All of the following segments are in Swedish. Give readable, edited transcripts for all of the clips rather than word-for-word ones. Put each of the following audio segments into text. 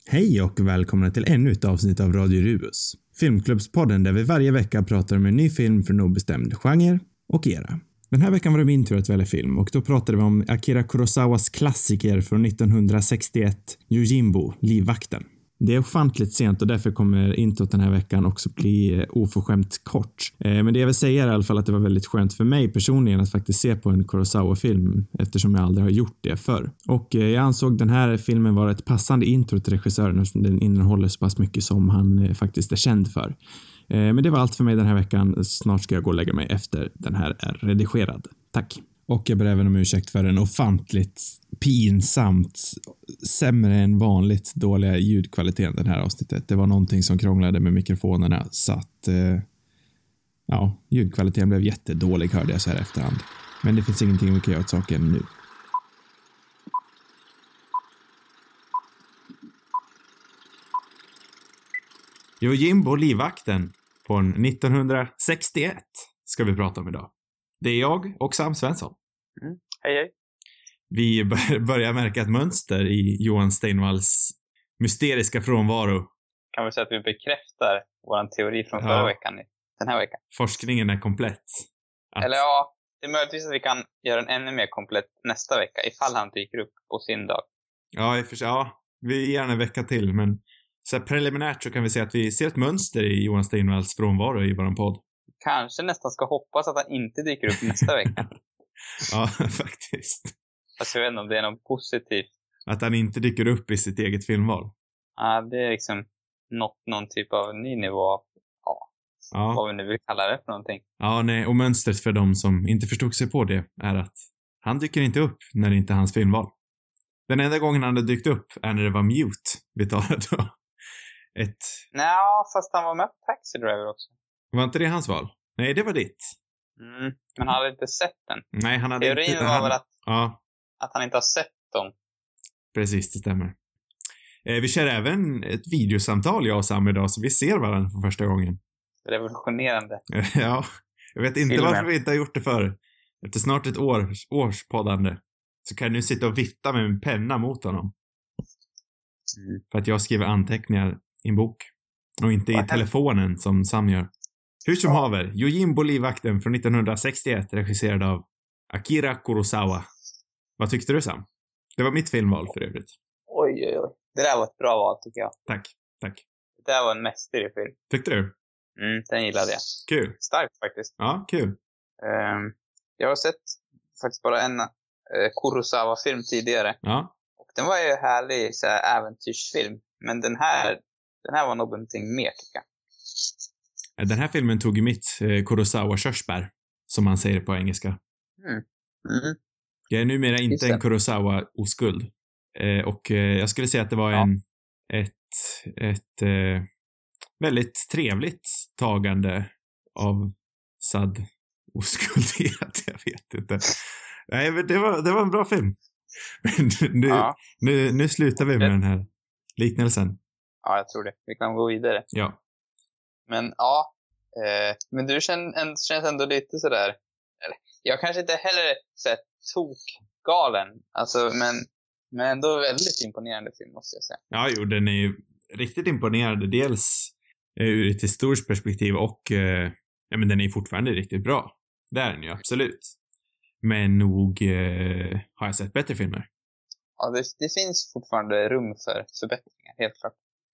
Hej och välkomna till ännu ett avsnitt av Radio Rubus. Filmklubbspodden där vi varje vecka pratar om en ny film för en obestämd genre och era. Den här veckan var det min tur att välja film och då pratade vi om Akira Kurosawas klassiker från 1961, Yojimbo, Livvakten. Det är ofantligt sent och därför kommer introt den här veckan också bli oförskämt kort. Men det jag vill säga är i alla fall att det var väldigt skönt för mig personligen att faktiskt se på en Kurosawa-film eftersom jag aldrig har gjort det förr. Och jag ansåg den här filmen vara ett passande intro till regissören eftersom den innehåller så pass mycket som han faktiskt är känd för. Men det var allt för mig den här veckan. Snart ska jag gå och lägga mig efter den här är redigerad. Tack. Och jag ber även om ursäkt för den ofantligt pinsamt sämre än vanligt dåliga ljudkvaliteten den här avsnittet. Det var någonting som krånglade med mikrofonerna så att ljudkvaliteten blev jättedålig hörde jag så här efterhand. Men det finns ingenting vi kan göra åt saken nu. Yojimbo Livvakten från 1961 ska vi prata om idag. Det är jag och Sam Svensson. Hej hej. Vi börjar märka ett mönster i Johan Steinvalls mysteriska frånvaro. Kan vi säga att vi bekräftar våran teori från förra veckan den här veckan? Forskningen är komplett. Eller ja, det är möjligtvis att vi kan göra den ännu mer komplett nästa vecka ifall han dyker upp på sin dag. Ja, vi ger en vecka till men så här preliminärt så kan vi säga att vi ser ett mönster i Johan Steinvalls frånvaro i våran podd. Kanske nästan ska hoppas att han inte dyker upp nästa vecka. Ja, faktiskt. Fast jag vet inte om det är något positivt. Att han inte dyker upp i sitt eget filmval. Ja, det är liksom någon typ av ny nivå. Ja, vad vi nu vill kalla det för någonting. Ja, nej, och mönstret för dem som inte förstod sig på det är att han dyker inte upp när det inte är hans filmval. Den enda gången han hade dykt upp är när det var Mute vi talade om. Nej, fast han var med på Taxi Driver också. Var inte det hans val? Nej, det var ditt. Men han hade inte sett den. Nej, han hade teorin inte... var väl att han inte har sett dem. Precis, det stämmer. Vi kör även ett videosamtal jag och Sam idag så vi ser varandra för första gången. Revolutionerande. Ja, jag vet inte varför vi inte har gjort det förr. Efter snart ett års poddande så kan jag nu sitta och vifta med min penna mot honom. För att jag skriver anteckningar i en bok. Och inte i telefonen som Sam gör. Hur som haver, Yojimbo Livvakten från 1961 regisserad av Akira Kurosawa. Vad tyckte du Sam? Det var mitt filmval för övrigt. Oj. Det där var ett bra val tycker jag. Tack. Det där var en mästerlig film. Tyckte du? Den gillade jag. Kul. Starkt faktiskt. Ja, kul. Jag har sett faktiskt bara en Kurosawa-film tidigare. Ja. Och den var ju härlig så här, äventyrsfilm. Men den här var nog någonting mer tycker jag. Den här filmen tog ju mitt Kurosawa-körsbär, som man säger på engelska. Jag är numera inte en Kurosawa-oskuld. Och jag skulle säga att det var ett väldigt trevligt tagande av sad oskuldhet. Jag vet inte. Nej, men det var en bra film. Men nu slutar vi med den här liknelsen. Ja, jag tror det. Vi kan gå vidare. Ja. Men men du känns ändå lite sådär, eller jag kanske inte heller så tokgalen, alltså men ändå väldigt imponerande film måste jag säga. Ja, jo, den är ju riktigt imponerande, dels ur ett historiskt perspektiv och men den är fortfarande riktigt bra. Det är den ju, absolut. Men nog har jag sett bättre filmer. Ja, det finns fortfarande rum för förbättringar, helt klart.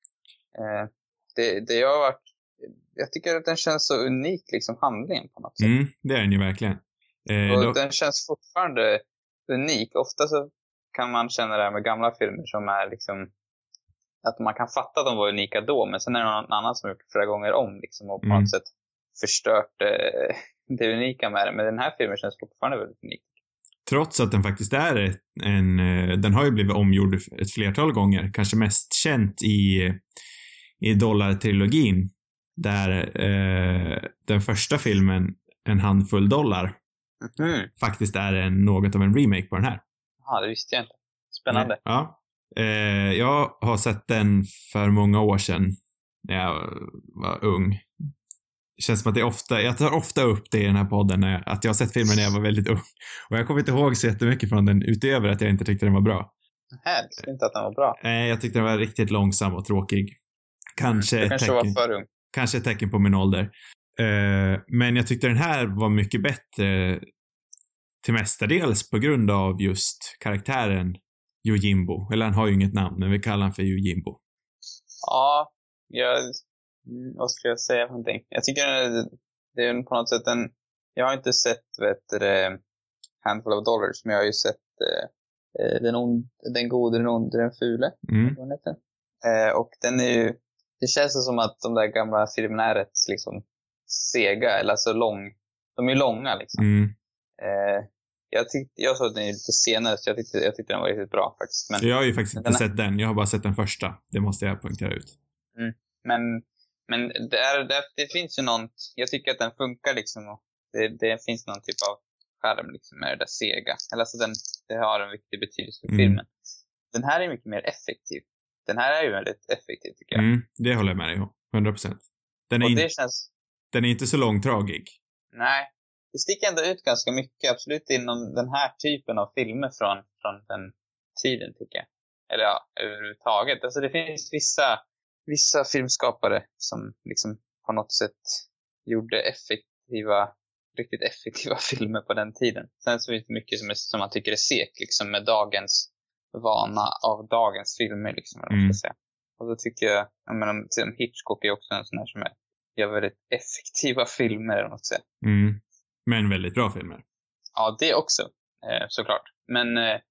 Det jag har varit, jag tycker att den känns så unik liksom handlingen på något sätt. Det är den ju verkligen. Och den känns fortfarande unik. Ofta så kan man känna det här med gamla filmer som är liksom att man kan fatta att de var unika då, men sen är det någon annan som har gjort det flera gånger om liksom, och på något sätt förstört det unika med det. Men den här filmen känns fortfarande väldigt unik. Trots att den faktiskt är den har ju blivit omgjord ett flertal gånger. Kanske mest känt i Dollar-trilogin. Där den första filmen, En handfull dollar, faktiskt är något av en remake på den här. Ja, det visste jag inte. Spännande. Ja. Jag har sett den för många år sedan när jag var ung. Det känns som att jag tar ofta upp det i den här podden att jag har sett filmen när jag var väldigt ung. Och jag kommer inte ihåg så jättemycket från den utöver att jag inte tyckte den var bra. Jag tyckte inte att den var bra. Nej, jag tyckte den var riktigt långsam och tråkig. Kanske ett tecken på min ålder. Men jag tyckte den här var mycket bättre till mestadels på grund av just karaktären Yojimbo. Eller han har ju inget namn, men vi kallar han för Yojimbo. Ja, vad ska jag säga för någonting? Jag tycker det är på något sätt jag har inte sett Handful of Dollars, men jag har ju sett den gode, den onde, den fule. Vad heter den? Och den är ju, det känns som att de där gamla filmerna är rätt liksom sega, eller så lång. De är långa liksom. Jag såg den lite senare, så jag tyckte den var riktigt bra faktiskt. Men jag har ju faktiskt inte sett den. Jag har bara sett den första. Det måste jag poängtera ut. Men det finns ju något, jag tycker att den funkar liksom, och det finns någon typ av skärm liksom med det där sega. Eller alltså det har en viktig betydelse för filmen. Den här är mycket mer effektiv. Den här är ju väldigt effektiv tycker jag. Det håller jag med dig om. 100%. Den är inte så långtragig. Nej. Det sticker ändå ut ganska mycket, absolut inom den här typen av filmer från den tiden tycker jag. Eller ja, överhuvudtaget. Alltså det finns vissa filmskapare som liksom på något sätt gjorde riktigt effektiva filmer på den tiden. Sen så finns det mycket som man tycker är sek liksom med dagens vana av dagens filmer liksom, eller vad man ska säga. Och då tycker jag menar, Hitchcock är också en sån här som gör väldigt effektiva filmer, eller vad man ska säga. Men väldigt bra filmer. Ja, det också, såklart. Men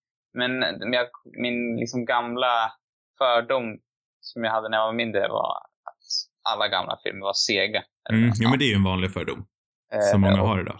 min liksom gamla fördom som jag hade när jag var mindre var att alla gamla filmer var sega. Ja, men det är ju en vanlig fördom. Som många har idag.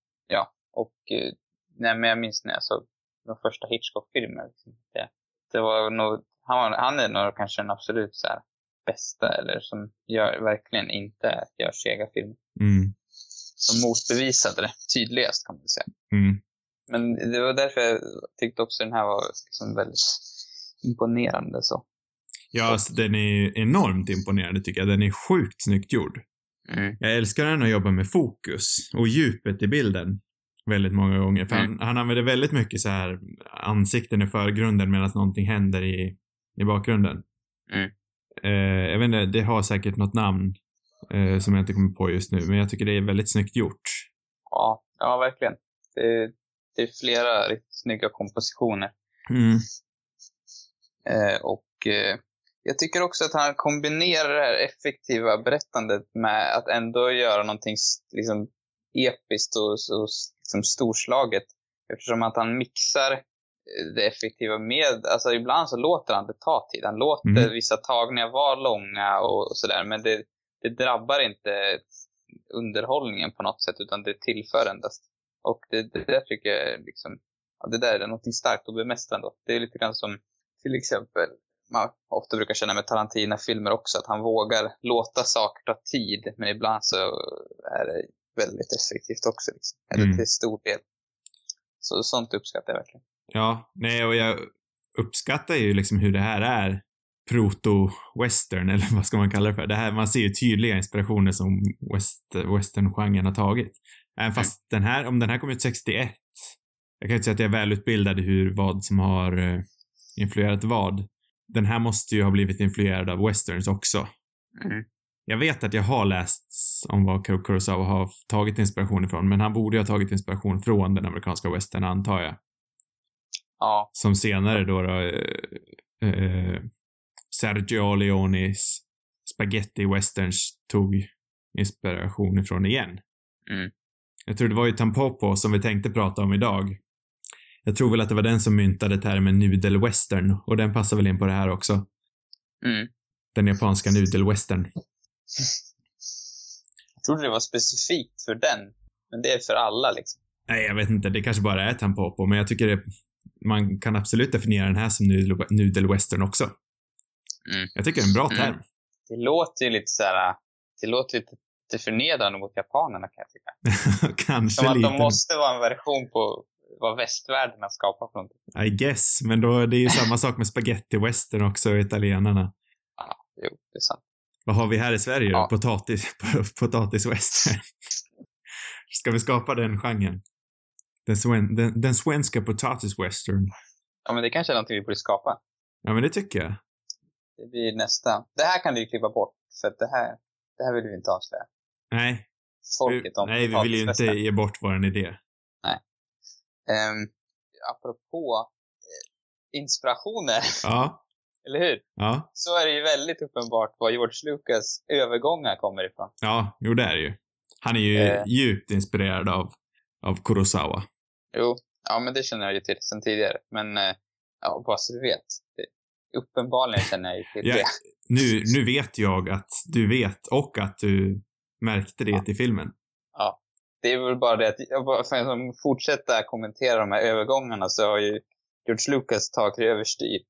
Men jag minns när jag såg de första Hitchcock-filmer. Liksom, det var nog, han är nog kanske den absolut så här bästa, eller som verkligen inte gör sega filmer. Som motbevisade det tydligast, kan man säga. Men det var därför jag tyckte också den här var liksom väldigt imponerande så. Ja, alltså, den är enormt imponerande tycker jag. Den är sjukt snyggt gjord. Jag älskar den att jobba med fokus och djupet i bilden väldigt många gånger. För han använder väldigt mycket så här ansikten i förgrunden medan någonting händer i bakgrunden. Jag vet inte, det har säkert något namn som jag inte kommer på just nu, men jag tycker det är väldigt snyggt gjort. Ja, verkligen. Det är flera riktigt snygga kompositioner. Jag tycker också att han kombinerar det här effektiva berättandet med att ändå göra någonting liksom episkt och liksom storslaget. Eftersom att han mixar det effektiva med, alltså ibland så låter han det ta tid. Han låter vissa tagningar vara långa och sådär, men det drabbar inte underhållningen på något sätt, utan det tillför endast. Och det där tycker jag liksom, det där är något starkt och bemästrande. Det är lite grann som till exempel man ofta brukar känna med Tarantino-filmer också, att han vågar låta saker ta tid, men ibland så är det väldigt effektivt också liksom. Eller till stor del. Så sånt uppskattar jag verkligen. Ja, nej, och jag uppskattar ju liksom hur det här är proto-western, eller vad ska man kalla det för. Det här, man ser ju tydliga inspirationer som western-genren har tagit. Även fast om den här kom ut 61, jag kan inte säga att jag är välutbildad i vad som har influerat vad. Den här måste ju ha blivit influerad av westerns också. Jag vet att jag har läst om vad Kurosawa har tagit inspiration ifrån, men han borde ju ha tagit inspiration från den amerikanska western, antar jag. Ja. Som senare då Sergio Leones spaghetti westerns tog inspiration ifrån igen. Jag tror det var ju Tampopo som vi tänkte prata om idag. Jag tror väl att det var den som myntade termen nudelwestern, och den passar väl in på det här också. Den japanska nudelwestern. Jag trodde det var specifikt för den, men det är för alla liksom. Nej, jag vet inte, det kanske bara är Tampopo, men jag tycker man kan absolut definiera den här som nudelwestern också. Jag tycker det är en bra term. Det låter ju lite så här, det låter lite förnedrande mot japanerna, kan jag tycka. Kanske som att lite. De måste vara en version på vad västvärlden har skapat för någonting. I guess, men då det är ju samma sak med spaghetti western också, italienarna. Ja, jo, det är sant. Vad har vi här i Sverige då? Ja. Potatis western. Ska vi skapa den genren? Den svenska potatis western. Ja, men det kanske är någonting vi borde skapa. Ja, men det tycker jag. Det blir nästa. Det här kan du ju klippa bort. För att det här vill vi inte avslöja. Nej. Folket om Nej, vi vill ju inte ge bort vår idé. Nej. Apropå inspirationer. Ja. Eller hur? Ja. Så är det ju väldigt uppenbart var George Lucas övergångar kommer ifrån. Ja, jo det är det ju. Han är ju djupt inspirerad av Kurosawa. Jo, ja men det känner jag ju till sen tidigare. Men ja, bara så du vet. Uppenbarligen känner jag ju till det. Nu vet jag att du vet och att du märkte det i filmen. Ja, det är väl bara det att för att fortsätta kommentera de här övergångarna så har ju George Lucas tagit överstyr.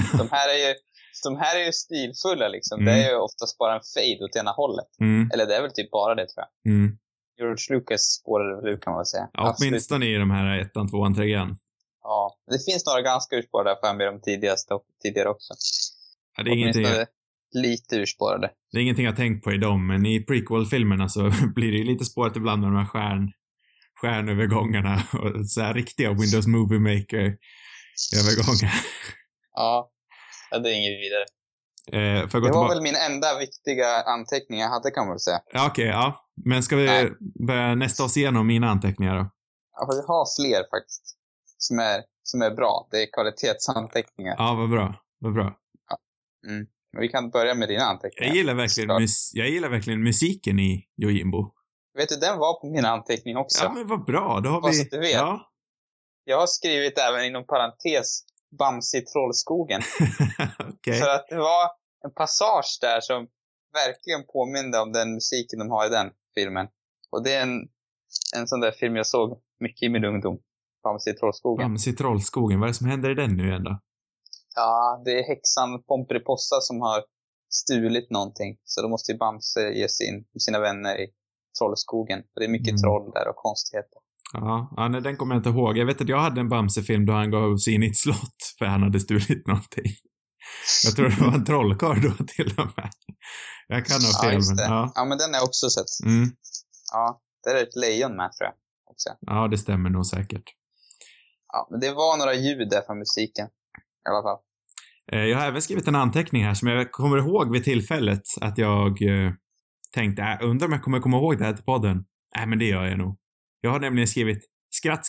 De här är ju stilfulla liksom. Det är ju oftast bara en fade åt ena hållet. Eller det är väl typ bara det tror jag. George Lucas spårade väl ut kan man väl säga. Ja, åtminstone i de här 1, 2, 3. Ja, det finns några ganska urspårade för med de tidigare också. Ja, det är ingenting lite urspårade. Det är ingenting jag tänkt på i dem, men i prequel-filmerna så blir det ju lite spårat ibland med de här stjärnövergångarna och så här riktiga Windows Movie Maker-övergångar. Ja, det är inget vidare. Det var väl min enda viktiga anteckning jag hade kan man väl säga. Ja, okej, ja. Men ska vi börja nästa oss igenom mina anteckningar då? Ja, för vi har fler faktiskt. Som är bra. Det är kvalitetsanteckningar. Ja, vad bra. Ja. Men vi kan börja med dina anteckningar. Jag gillar verkligen musiken i Yojimbo. Vet du, den var på min anteckning också. Ja, men vad bra. Då har vi... Så att du vet. Ja. Jag har skrivit även inom parentes Bamse i Trollskogen. Okay. För att det var en passage där som verkligen påminner om den musiken de har i den filmen. Och det är en sån där film jag såg mycket i min ungdom. Bamse i Trollskogen. Bamse i Trollskogen. Vad är det som händer i den nu igen då? Ja, det är häxan Pomperipossa som har stulit någonting. Så då måste ju Bamse ge sig in med sina vänner i Trollskogen. För det är mycket troll där och konstigheter. Ja, nej, den kommer jag inte ihåg. Jag vet att jag hade en Bamse-film då han gav sig in i ett slott för han hade stulit någonting. Jag tror det var en trollkarl då till och med. Jag kan ha fel. Ja, men den är också sett. Ja, det är ett lejon med tror jag också. Ja, det stämmer nog säkert. Ja, men det var några ljud där från musiken. I alla fall. Jag har även skrivit en anteckning här som jag kommer ihåg vid tillfället att jag tänkte, undrar om jag kommer komma ihåg det här till podden. Nej, men det gör jag nog. Jag har nämligen skrivit skratt.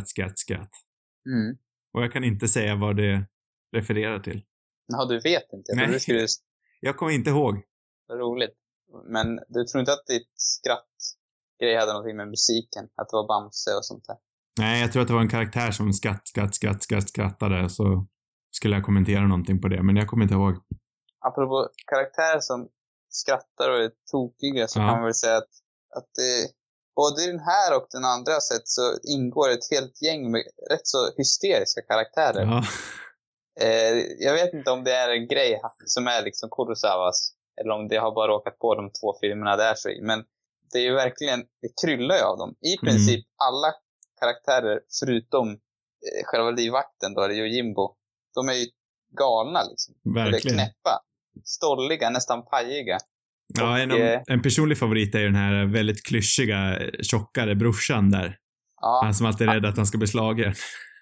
Och jag kan inte säga vad det refererar till. Ja, du vet inte. Nej, jag kommer inte ihåg. Roligt. Men du tror inte att ditt skrattgrej hade någonting med musiken? Att det var Bamse och sånt där? Nej, jag tror att det var en karaktär som skrattade. Så skulle jag kommentera någonting på det. Men jag kommer inte ihåg. Apropå karaktärer som skrattar och är tokiga så kan man väl säga att det, både i den här och den andra sätt så ingår ett helt gäng med rätt så hysteriska karaktärer. Ja. Jag vet inte om det är en grej som är liksom Kurosawas eller om det har bara råkat på de 2 filmerna där så i. Men det är ju verkligen, det kryllar ju av dem. I princip alla karaktärer förutom själva livvakten då, Yojimbo, de är ju galna liksom. Verkligen. Eller knäppa, stolliga, nästan pajiga. Ja, en personlig favorit är ju den här väldigt klyschiga, tjockare brorsan där. Ja. Han som alltid är rädd att han ska bli slagen.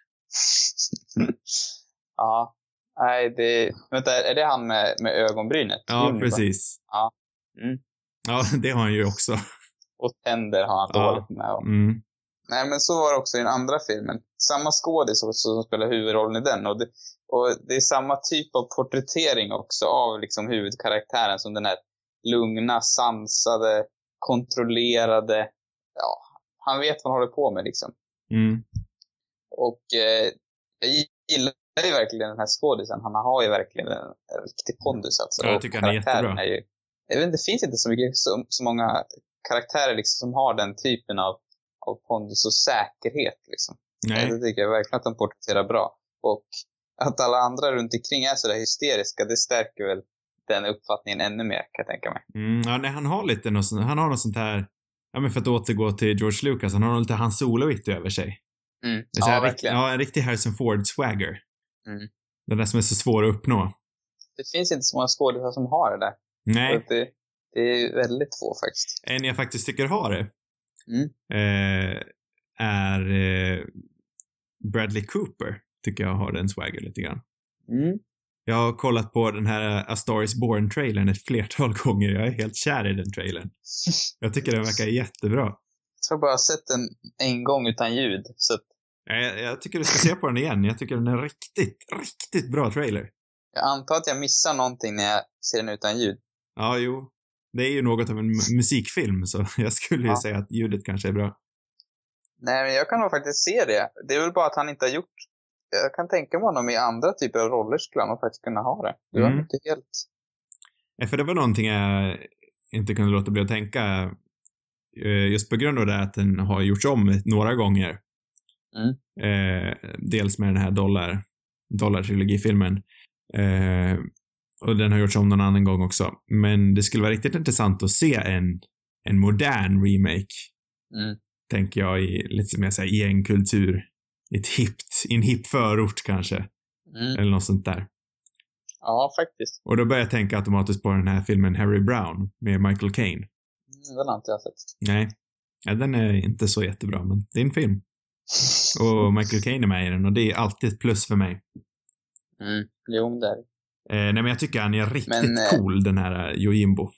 Ja. Nej, vänta, är det han med ögonbrynet? Ja, precis. Ja. Ja, det har han ju också. Och tänder har han dåligt med. Nej, men så var det också i den andra filmen. Samma skådis också som spelar huvudrollen i den. Och det är samma typ av porträttering också av liksom huvudkaraktären som den här lugna, sansade, kontrollerade. Ja, han vet vad han håller på med liksom. Och jag gillar ju verkligen den här skådisen. Han har ju verkligen en riktig pondus alltså. Ja, jag tycker han är jättebra. Jag vet inte, det finns inte så många karaktärer liksom som har den typen av pondus och säkerhet liksom. Nej. Det tycker jag verkligen att de porträtterar bra. Och att alla andra runt omkring är så där hysteriska, det stärker väl den uppfattningen ännu mer, kan jag tänka mig. Ja, nej, han har något sånt här, ja men för att återgå till George Lucas, han har lite Han Solo-igt över sig. Ja, verkligen. En riktig Harrison Ford-swagger. Den där som är så svår att uppnå. Det finns inte så många skådespelare som har det där. Nej. Det är väldigt få faktiskt. En jag faktiskt tycker har det är Bradley Cooper. tycker jag har den swagger lite grann. Mm. Jag har kollat på den här A Star Is Born-trailern ett flertal gånger. Jag är helt kär i den trailern. Jag tycker den verkar jättebra. Jag tror bara jag har sett den en gång utan ljud. Så att... Jag tycker du ska se på den igen. Jag tycker den är riktigt bra trailer. Jag antar att jag missar någonting när jag ser den utan ljud. Ja, jo. Det är ju något av en musikfilm, så jag skulle ju säga att ljudet kanske är bra. Nej, men jag kan nog faktiskt se det. Det är väl bara att han inte har gjort... Jag kan tänka mig honom i andra typer av roller skulle han nog faktiskt kunna ha det. Det var inte helt... Ja, för det var någonting jag inte kunde låta bli att tänka. Just på grund av det att den har gjorts om några gånger. Dels med den här dollar-trilogifilmen. Och den har gjorts om någon annan gång också. Men det skulle vara riktigt intressant att se en modern remake. Tänker jag i lite mer så här gängkultur. I en hipp förort kanske. Eller något sånt där. Ja, faktiskt. Och då börjar jag tänka automatiskt på den här filmen Harry Brown med Michael Caine. Den har inte jag sett. Nej. Ja, den är inte så jättebra, men det är en film. Och Michael Caine är med i den och det är alltid ett plus för mig. Jo, det är det. Nej, men jag tycker han är riktigt cool, den här Yojimbo.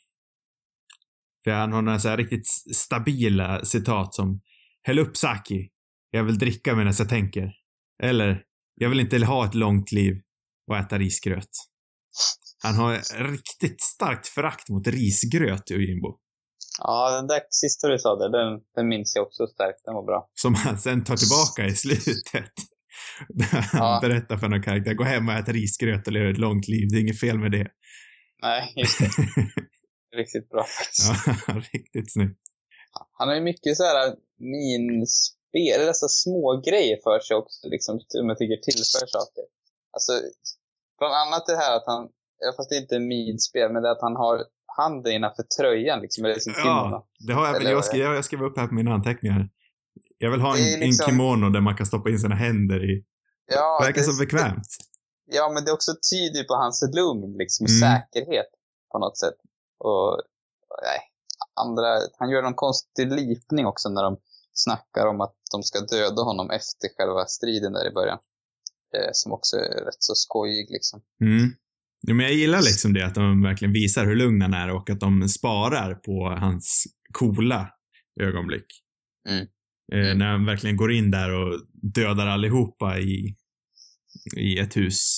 För han har några så här riktigt stabila citat som: häll upp sake. Jag vill dricka medan jag tänker. Eller, jag vill inte ha ett långt liv och äta risgröt. Han har riktigt starkt förakt mot risgröt, Yojimbo. Ja, den där sista du sa där, den minns jag också starkt. Den var bra. Som han sen tar tillbaka i slutet. Han berättar för någon karaktär: gå hem och äta risgröt och leva ett långt liv. Det är inget fel med det. Nej, just det. Riktigt bra faktiskt. Ja, riktigt snyggt. Han har ju mycket så här minspel, dessa små grejer för sig också, liksom, som jag tycker tillför saker. Alltså, bland annat det här att han, fast det är inte minspel, men det att han har handen innanför tröjan, liksom, eller sin kimono. Ja, det har jag väl. Jag skrev upp här på mina anteckningar. Jag vill ha en kimono där man kan stoppa in sina händer i. Ja, det verkar så bekvämt. Ja, men det är också tydligt på hans lugn, liksom, säkerhet på något sätt. Och nej, han gör någon konstig lipning också när de snackar om att de ska döda honom efter själva striden där i början. Som också är rätt så skojig liksom. Ja, men jag gillar liksom det att de verkligen visar hur lugn han är och att de sparar på hans coola ögonblick. När han verkligen går in där och dödar allihopa i ett hus.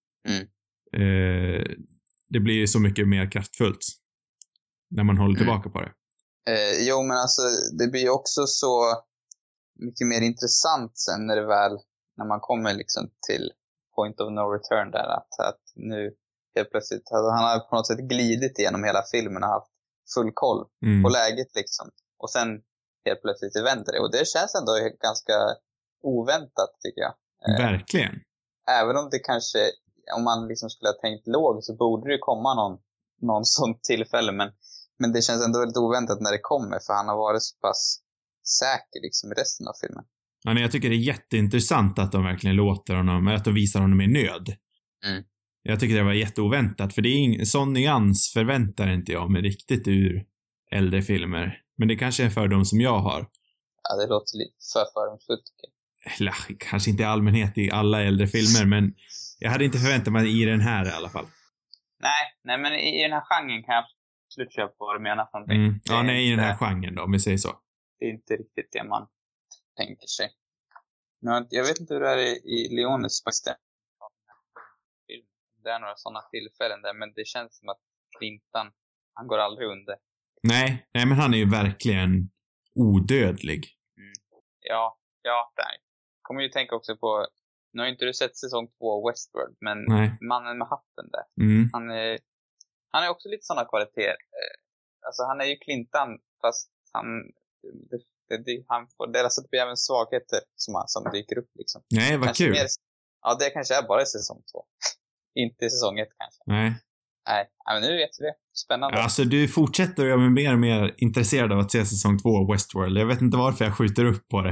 Det blir så mycket mer kraftfullt när man håller tillbaka på det. Jo, men alltså det blir också så mycket mer intressant sen när man kommer liksom till point of no return där, att nu helt plötsligt, alltså, han har på något sätt glidit igenom hela filmen och haft full koll på läget liksom. Och sen helt plötsligt vänder det. Och det känns ändå ganska oväntat, tycker jag. Verkligen. Även om det kanske, om man liksom skulle ha tänkt lågt, så borde det komma någon sån tillfälle. Men det känns ändå väldigt oväntat när det kommer, för han har varit så pass säker liksom i resten av filmen. Ja, nej, jag tycker det är jätteintressant att de verkligen låter honom, att de visar honom i nöd. Jag tycker det var jätteoväntat, för det är ingen sån nyans förväntar inte jag mig riktigt ur äldre filmer. Men det kanske är en fördom som jag har. Ja, det låter lite för fördomsfullt. Eller kanske inte i allmänhet i alla äldre filmer, men jag hade inte förväntat mig i den här i alla fall. Nej, men i den här genren kan jag absolut köpa vad du menar från dig. Ja, nej, i den här genren då, om vi säger så. Det är inte riktigt det man tänker sig. Jag vet inte hur det är i Leones bestämning. Det är några sådana tillfällen där, men det känns som att Clintan, han går aldrig under. Nej, men han är ju verkligen odödlig. Ja, där. Kommer ju tänka också på, nu har inte du sett säsong 2 Westworld, men mannen med hatten där. Han är också lite sådana kvaliteter. Alltså han är ju Clintan, fast han får delas upp även svagheter som dyker upp liksom. Nej, vad kanske kul. Ja, det kanske är bara i säsong 2. Inte i säsong 1 kanske. Nej, men nu vet vi det. Spännande. Alltså du fortsätter och jag är mer och mer intresserad av att se säsong 2 av Westworld. Jag vet inte varför jag skjuter upp på det.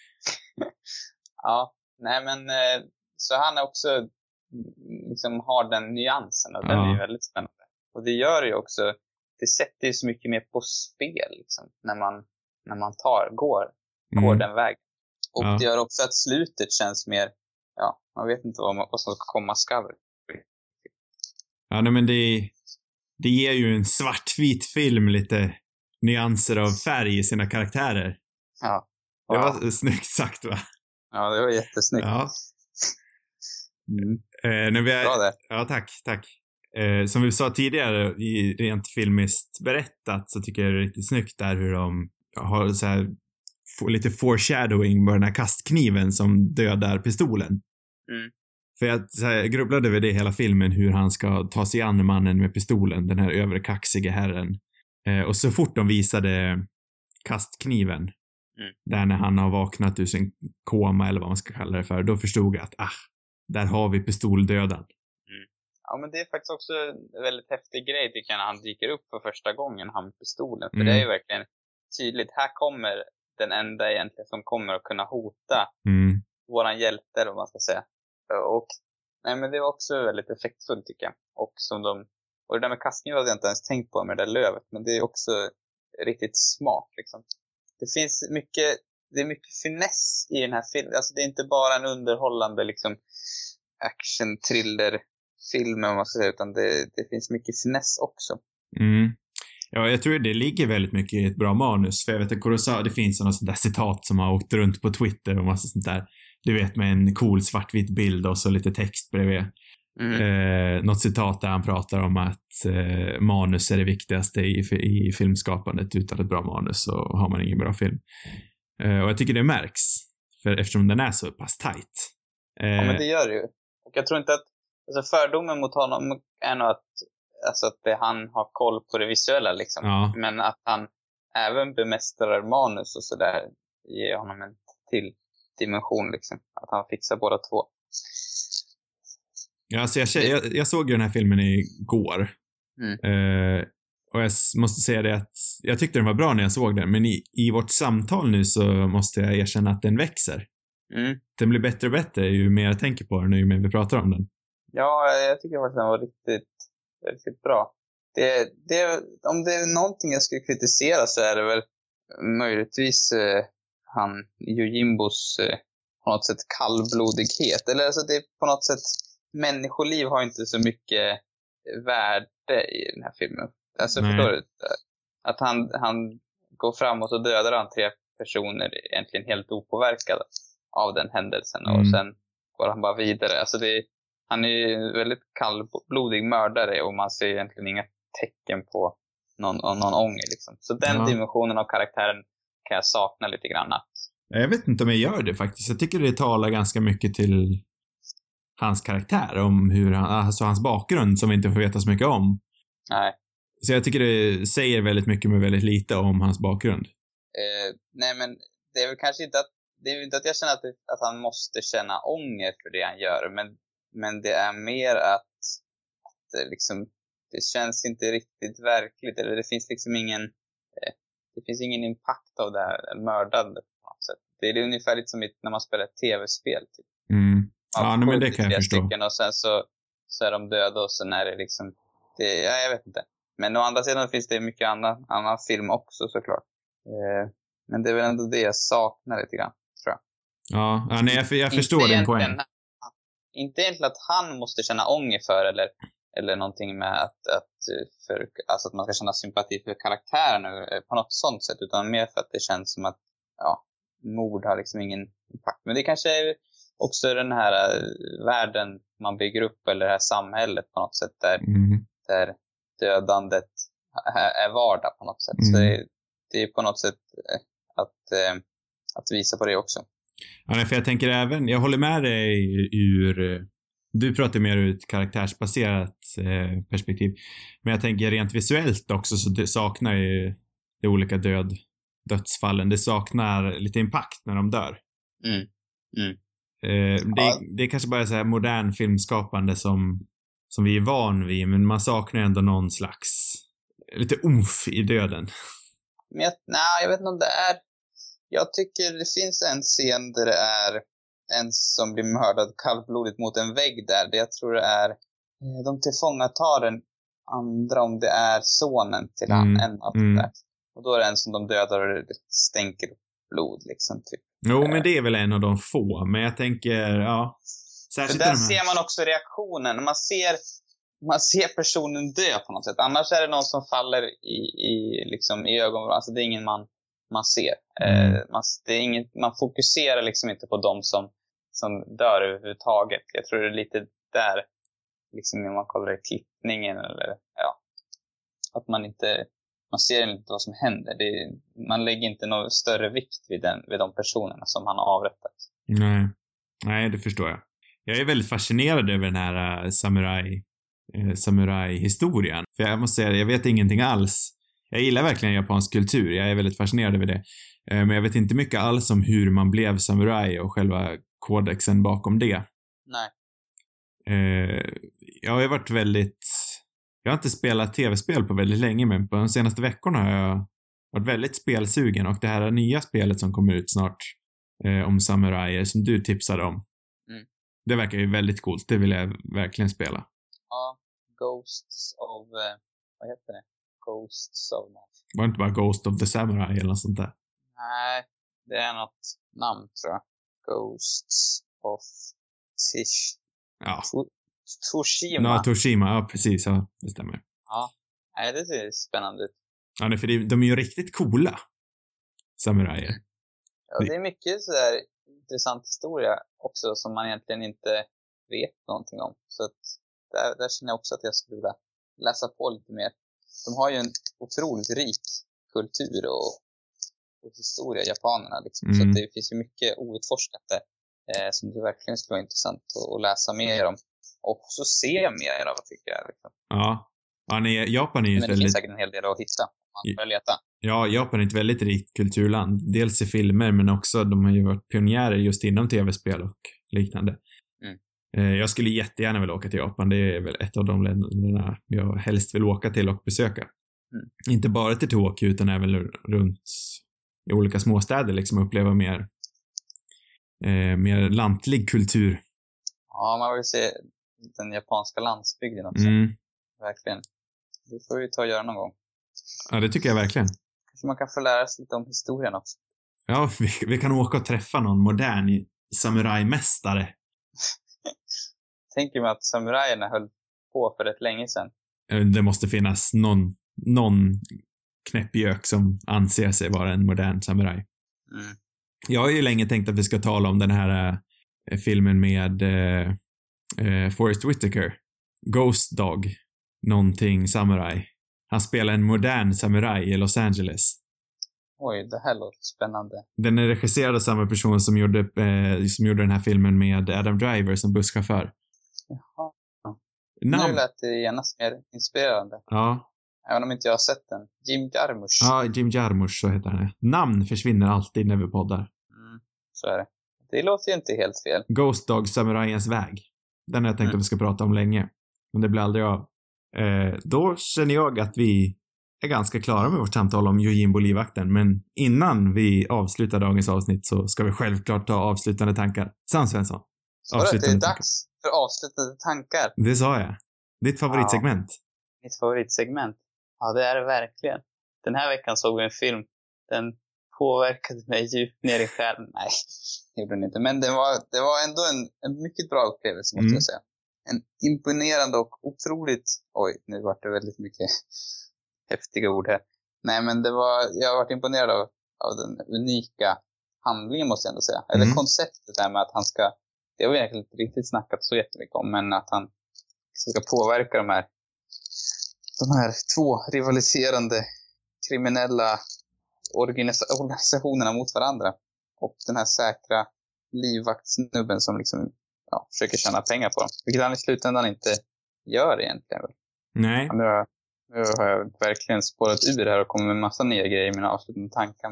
Ja, nej men så han är också liksom har den nyansen och den är ju väldigt spännande. Och det gör ju också, det sätter ju så mycket mer på spel liksom, när man går den vägen. Och det gör också att slutet känns mer, Man vet inte vad som ska komma skall. Ja, nej, men det ger ju en svartvit film lite nyanser av färg i sina karaktärer. Ja. Det var snyggt sagt, va? Ja, det var jättesnyggt. Ja. Bra det. Ja, tack. Som vi sa tidigare, i rent filmiskt berättat, så tycker jag det är riktigt snyggt där hur de har så här lite foreshadowing på den här kastkniven som dödar pistolen. För jag grubblade över det hela filmen, hur han ska ta sig an mannen med pistolen, den här överkaxiga herren. Och så fort de visade kastkniven, där när han har vaknat ur sin koma eller vad man ska kalla det för, då förstod jag att där har vi pistoldöden. Ja, men det är faktiskt också en väldigt häftig grej tycker jag, när han dyker upp för första gången, han med pistolen. För det är ju verkligen tydligt, här kommer den enda egentligen som kommer att kunna hota våran hjälte, eller vad man ska säga. Och nej, men det var också väldigt effektfullt tycker jag. Och det där med kastning hade jag inte ens tänkt på med det där lövet, men det är också riktigt smart liksom. Det är mycket finess i den här filmen. Alltså det är inte bara en underhållande liksom action-thriller-film, om man ska säga, utan det finns mycket finess också. Ja, jag tror det ligger väldigt mycket i ett bra manus. För jag vet att Kurosawa, det finns något sånt där citat som har åkt runt på Twitter och massa sånt där. Du vet, med en cool svartvit bild och så lite text bredvid. Något citat där han pratar om att manus är det viktigaste i filmskapandet. Utan ett bra manus så har man ingen bra film. Och jag tycker det märks. För eftersom den är så pass tight. Ja, men det gör det ju. Och jag tror inte att fördomen mot honom är nog att han har koll på det visuella liksom. Ja. Men att han även bemästrar manus och sådär ger honom en till dimension liksom. Att han fixar båda två. Ja, alltså jag såg ju den här filmen igår. Och jag måste säga det att jag tyckte den var bra när jag såg den. Men i vårt samtal nu så måste jag erkänna att den växer. Den blir bättre och bättre ju mer jag tänker på den och ju mer vi pratar om den. Ja, jag tycker faktiskt den var riktigt bra. Om det är någonting jag skulle kritisera så är det väl möjligtvis han Yojimbos på något sätt kallblodighet. Eller alltså det är på något sätt, människoliv har inte så mycket värde i den här filmen. Alltså förstår du? Att han går fram och så dödar han 3 personer egentligen helt opåverkade av den händelsen. Och sen går han bara vidare. Alltså han är ju väldigt kallblodig mördare och man ser egentligen inga tecken på någon ånger liksom. Så den dimensionen av karaktären kan jag sakna lite grann. Jag vet inte om jag gör det faktiskt. Jag tycker det talar ganska mycket till hans karaktär, om hur hans bakgrund som vi inte får veta så mycket om. Nej. Så jag tycker det säger väldigt mycket med väldigt lite om hans bakgrund. Nej, men det är väl kanske inte att jag känner att han måste känna ånger för det han gör, men det är mer att liksom, det känns inte riktigt verkligt, eller det finns liksom ingen impact av det här mördandet på något sätt. Det är ungefär lite som när man spelar ett tv-spel typ. Ja, men det kan jag förstå. Och sen så är de döda och sen är det liksom jag vet inte. Men å andra sidan finns det mycket annan film också såklart. Men det är väl ändå det jag saknar lite grann, tror jag. Ja, nej, jag förstår din poäng. Inte egentligen att han måste känna ånger för eller någonting med alltså att man ska känna sympati för karaktären på något sånt sätt, utan mer för att det känns som att mord har liksom ingen impact. Men det kanske är också den här världen man bygger upp, eller det här samhället på något sätt där dödandet är vardag på något sätt. Så det är på något sätt att visa på det också. Ja, för jag tänker även, jag håller med dig du pratar mer ur ett karaktärsbaserat perspektiv. Men jag tänker rent visuellt också, så det saknar ju de olika dödsfallen. Det saknar lite impact när de dör. Det är kanske bara så här modern filmskapande som vi är van vid, men man saknar ändå någon slags lite umf i döden. Men jag vet inte om det är. Jag tycker det finns en scen där det är en som blir mördad kallblodigt mot en vägg där. Jag tror det är de tillfångatar den andra, om det är sonen till han där. Och då är det en som de dödar och det stänker blod liksom typ. Jo, men det är väl en av de få. Men jag tänker, Särskilt där ser man också reaktionen. Man ser personen dö på något sätt. Annars är det någon som faller i ögonen. Alltså det är ingen man ser. Det är inget, man fokuserar liksom inte på dem som dör överhuvudtaget. Jag tror det är lite där, liksom när man kollar i klippningen eller att man ser inte vad som händer. Man lägger inte någon större vikt vid de personerna som han har avrättat. Nej, det förstår jag. Jag är väldigt fascinerad över den här samurai-historien. För jag måste säga, jag vet ingenting alls. Jag gillar verkligen japansk kultur. Jag är väldigt fascinerad över det. Men jag vet inte mycket alls om hur man blev samurai och själva kodexen bakom det. Nej. Jag har varit jag har inte spelat tv-spel på väldigt länge, men på de senaste veckorna har jag varit väldigt spelsugen, och det här nya spelet som kommer ut snart om samuraier som du tipsade om. Det verkar ju väldigt coolt. Det vill jag verkligen spela. Ja, Ghosts of vad heter det? Ghosts of något. Var det inte bara Ghost of the Samurai eller något sånt där? Nej, det är något namn tror jag. Ghosts of Toshima. Ja, Toshima. Ja, precis. Ja, det stämmer. Ja, nej, det ser spännande ut. Ja, för de är ju riktigt coola samuraier. Ja, det är mycket så där intressant historia också som man egentligen inte vet någonting om. Så att där känner jag också att jag skulle vilja läsa på lite mer. De har ju en otroligt rik kultur och historia, japanerna liksom. Så att det finns ju mycket outforskat som det verkligen skulle vara intressant att läsa mer om. Och också se mer av, tycker jag. Liksom. Ja, Japan är ju men det finns säkert en hel del att hitta om man börjar leta. Ja, Japan är ett väldigt rikt kulturland. Dels i filmer, men också de har ju varit pionjärer just inom tv-spel och liknande. Jag skulle jättegärna vilja åka till Japan. Det är väl ett av de länderna jag helst vill åka till och besöka. Inte bara till Tokyo, utan även runt i olika småstäder liksom, uppleva mer lantlig kultur. Ja, man vill se den japanska landsbygden också. Verkligen. Det får vi ta och göra någon gång. Ja, det tycker jag verkligen. Kanske man kan få lära sig lite om historien också. Ja, vi kan åka och träffa någon modern samurajmästare. Tänker mig att samurajerna höll på för rätt länge sedan. Det måste finnas någon knäppjök som anser sig vara en modern samuraj. Jag har ju länge tänkt att vi ska tala om den här filmen med Forrest Whitaker. Ghost Dog. Någonting samuraj. Han spelar en modern samuraj i Los Angeles. Oj, det här låter spännande. Den är regisserad av samma person som gjorde den här filmen med Adam Driver som busschaufför. Jaha. Nu lät det genast mer inspirerande. Ja. Även om inte jag har sett den. Jim Jarmusch. Ja, Jim Jarmusch, så heter han. Namn försvinner alltid när vi poddar. Så är det. Det låter ju inte helt fel. Ghost Dog, samurajens väg. Den har jag tänkt att vi ska prata om länge. Men det blir aldrig av. Då känner jag att vi är ganska klara med vårt samtal om Yojimbo-livvakten. Men innan vi avslutar dagens avsnitt så ska vi självklart ta avslutande tankar. Sam Svensson. Så det är dags för avslutande tankar. Det sa jag. Ditt favoritsegment. Ja, mitt favoritsegment. Ja, det är det verkligen. Den här veckan såg vi en film. Den påverkade mig djupt ner i själen. Nej, det gjorde den inte. Men det var ändå en mycket bra upplevelse, måste jag säga. En imponerande och otroligt... Oj, nu var det väldigt mycket häftiga ord här. Nej, men jag har varit imponerad av den unika handlingen, måste jag ändå säga. Eller konceptet där med att han ska... Det har vi egentligen inte riktigt snackat så jättemycket om, men att han ska påverka de här två rivaliserande kriminella organisationerna mot varandra. Och den här säkra livvaktsnubben som liksom försöker tjäna pengar på dem. Vilket han i slutändan inte gör egentligen. Nej. Nu har jag verkligen spårat ur det här och kommit med en massa nya grejer i mina avslutande tankar.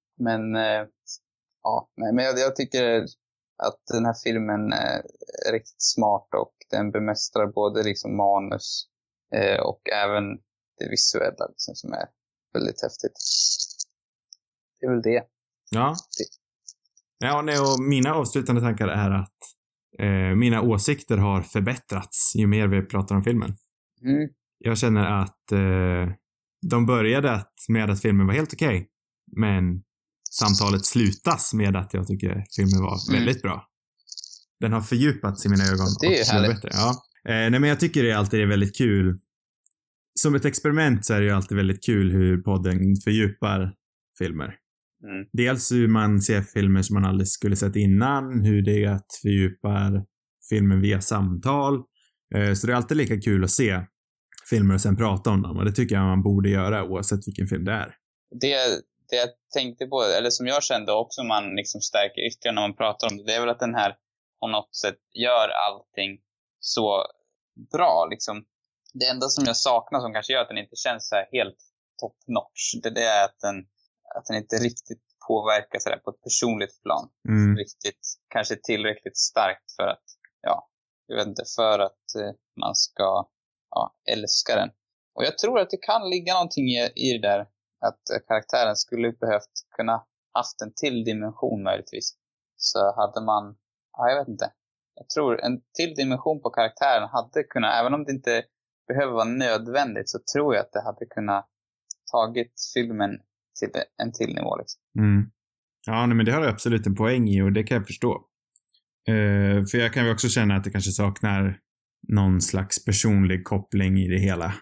Men jag tycker att den här filmen är riktigt smart och den bemästrar både liksom manus och även det visuella liksom, som är väldigt häftigt. Det är väl det. Ja. Och mina avslutande tankar är att mina åsikter har förbättrats ju mer vi pratar om filmen. Jag känner att de började med att filmen var helt okej, men samtalet slutas med att jag tycker filmen var väldigt bra. Den har fördjupats i mina ögon. Det är ju härligt. Bättre. Ja. Nej, men jag tycker det alltid är väldigt kul. Som ett experiment så är det ju alltid väldigt kul hur podden fördjupar filmer. Dels hur man ser filmer som man aldrig skulle sett innan, hur det är att fördjupa filmen via samtal. Så det är alltid lika kul att se filmer och sen prata om dem, och det tycker jag man borde göra oavsett vilken film det är. Det jag tänkte på, eller som jag kände också, man liksom stärker ytterligare när man pratar om det, det är väl att den här på något sätt gör allting så bra liksom. Det enda som jag saknar som kanske gör att den inte känns så här helt top notch, det är att den inte riktigt påverkar så där på ett personligt plan. Riktigt, kanske tillräckligt starkt för att, jag vet inte, för att man ska älska den. Och jag tror att det kan ligga någonting i det där, att karaktären skulle behövt kunna haft en till dimension möjligtvis. Så hade man, jag vet inte. Jag tror en till dimension på karaktären hade kunnat, även om det inte behöver vara nödvändigt, så tror jag att det hade kunnat tagit filmen till en till nivå liksom. Ja, men det har jag absolut en poäng i, och det kan jag förstå. För jag kan ju också känna att det kanske saknar någon slags personlig koppling i det hela.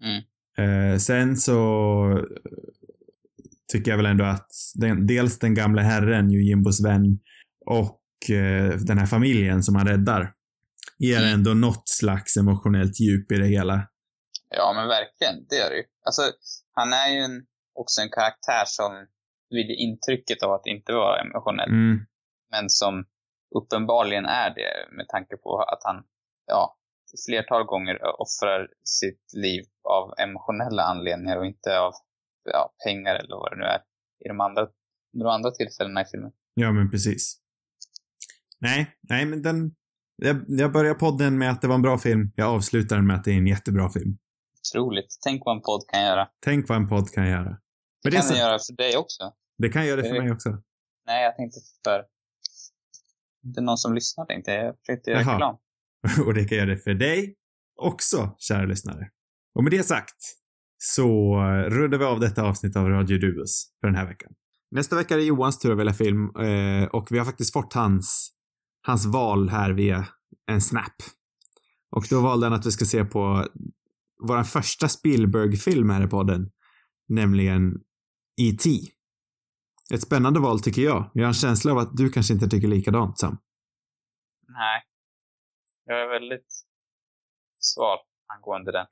Sen så tycker jag väl ändå att dels den gamla herren, Jimbos vän, och den här familjen som han räddar ger ändå något slags emotionellt djup i det hela. Ja, men verkligen, det är det ju. Alltså, han är ju också en karaktär som vill intrycket av att inte vara emotionell. Men som uppenbarligen är det, med tanke på att han flertal gånger offrar sitt liv av emotionella anledningar och inte av pengar eller vad det nu är i de andra tillfällena i filmen. Ja, men precis. Nej, men jag börjar podden med att det var en bra film. Jag avslutar den med att det är en jättebra film. Otroligt. Tänk vad en podd kan göra. Det kan den göra för dig också. Det kan göra det för mig också. Nej, jag tänkte för... Det är någon som lyssnar, tänkte jag. Jag försökte göra reklam. Och det kan göra det för dig också, kära lyssnare. Och med det sagt så rullar vi av detta avsnitt av Radio Duos för den här veckan. Nästa vecka är det Johans tur att välja film, och vi har faktiskt fått hans val här via en snap. Och då valde han att vi ska se på vår första Spielberg-film här i podden, nämligen E.T. Ett spännande val tycker jag. Jag har en känsla av att du kanske inte tycker likadant, Sam. Nej. Jag är väldigt sval angående den.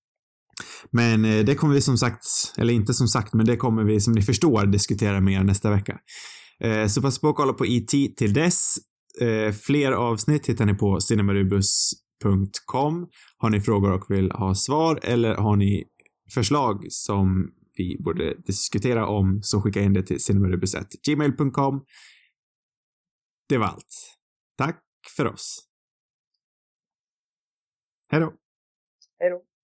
Men det kommer vi som sagt, eller inte som sagt, men det kommer vi som ni förstår diskutera mer nästa vecka. Så passa på att kolla på E.T. till dess. Fler avsnitt hittar ni på cinemarubus.com. Har ni frågor och vill ha svar, eller har ni förslag som vi borde diskutera om, så skicka in det till cinemarubus@gmail.com. Det var allt. Tack för oss. Hej då.